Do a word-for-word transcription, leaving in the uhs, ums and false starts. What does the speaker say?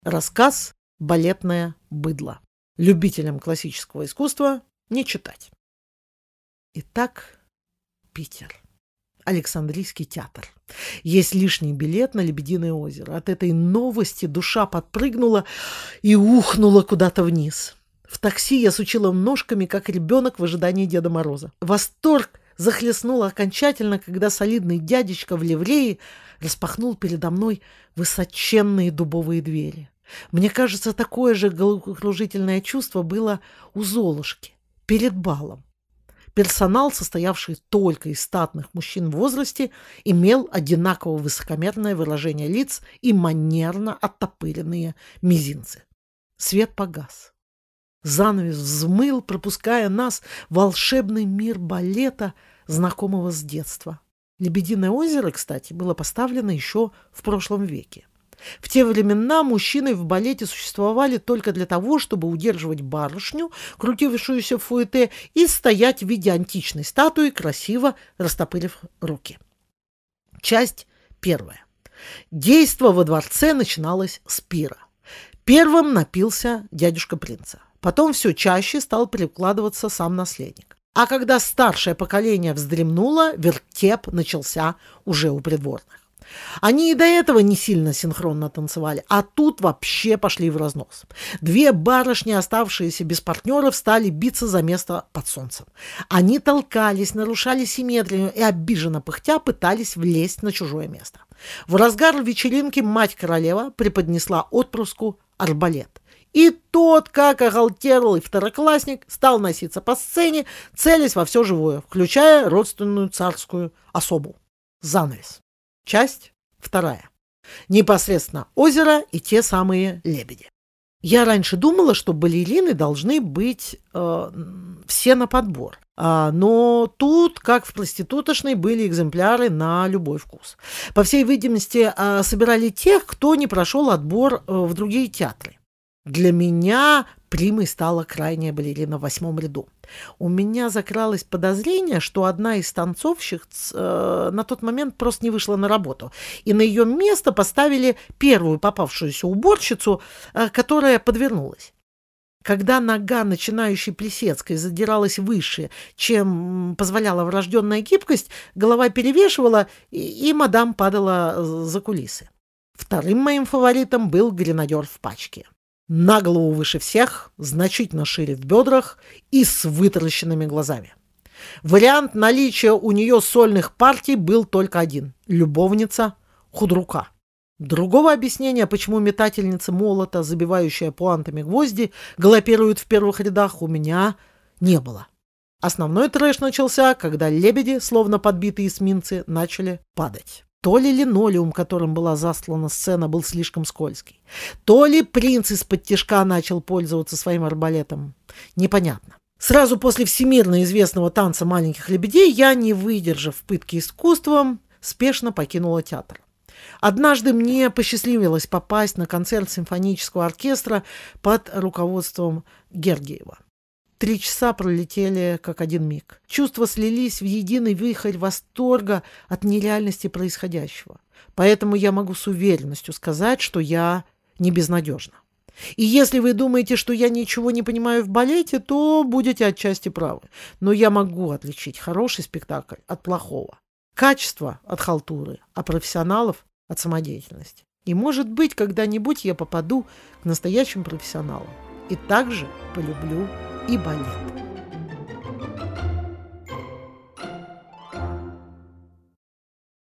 Рассказ «Балетное быдло». Любителям классического искусства не читать. Итак, Питер. Александрийский театр. Есть лишний билет на Лебединое озеро. От этой новости душа подпрыгнула и ухнула куда-то вниз. В такси я сучила ножками, как ребенок в ожидании Деда Мороза. Восторг захлестнул окончательно, когда солидный дядечка в ливрее распахнул передо мной высоченные дубовые двери. Мне кажется, такое же головокружительное чувство было у Золушки перед балом. Персонал, состоявший только из статных мужчин в возрасте, имел одинаково высокомерное выражение лиц и манерно оттопыренные мизинцы. Свет погас. Занавес взмыл, пропуская нас в волшебный мир балета, знакомого с детства. «Лебединое озеро», кстати, было поставлено еще в прошлом веке. В те времена мужчины в балете существовали только для того, чтобы удерживать барышню, крутившуюся в фуэте, и стоять в виде античной статуи, красиво растопырив руки. Часть первая. Действо во дворце начиналось с пира. Первым напился дядюшка принца. Потом все чаще стал прикладываться сам наследник. А когда старшее поколение вздремнуло, вертеп начался уже у придворных. Они и до этого не сильно синхронно танцевали, а тут вообще пошли в разнос. Две барышни, оставшиеся без партнеров, стали биться за место под солнцем. Они толкались, нарушали симметрию и, обиженно пыхтя, пытались влезть на чужое место. В разгар вечеринки мать-королева преподнесла отпрыску арбалет. И тот, как оголтелый второклассник, стал носиться по сцене, целясь во все живое, включая родственную царскую особу. Занавес. Часть вторая. Непосредственно озеро и те самые лебеди. Я раньше думала, что балерины должны быть э, все на подбор. А, но тут, как в проституточной, были экземпляры на любой вкус. По всей видимости, э, собирали тех, кто не прошел отбор э, в другие театры. Для меня примой стала крайняя балерина в восьмом ряду. У меня закралось подозрение, что одна из танцовщиц э, на тот момент просто не вышла на работу. И на ее место поставили первую попавшуюся уборщицу, э, которая подвернулась. Когда нога начинающей Плесецкой задиралась выше, чем позволяла врожденная гибкость, голова перевешивала, и, и мадам падала за кулисы. Вторым моим фаворитом был гренадер в пачке. На голову выше всех, значительно шире в бедрах и с вытаращенными глазами. Вариант наличия у нее сольных партий был только один – любовница худрука. Другого объяснения, почему метательница молота, забивающая пуантами гвозди, галопирует в первых рядах, у меня не было. Основной трэш начался, когда лебеди, словно подбитые эсминцы, начали падать. То ли линолеум, которым была застлана сцена, был слишком скользкий, то ли принц из-под тишка начал пользоваться своим арбалетом. Непонятно. Сразу после всемирно известного танца маленьких лебедей я, не выдержав пытки искусством, спешно покинула театр. Однажды мне посчастливилось попасть на концерт симфонического оркестра под руководством Гергиева. Три часа пролетели как один миг. Чувства слились в единый вихрь восторга от нереальности происходящего. Поэтому я могу с уверенностью сказать, что я не безнадежна. И если вы думаете, что я ничего не понимаю в балете, то будете отчасти правы. Но я могу отличить хороший спектакль от плохого. Качество от халтуры, а профессионалов от самодеятельности. И, может быть, когда-нибудь я попаду к настоящим профессионалам. И также полюблю и балет.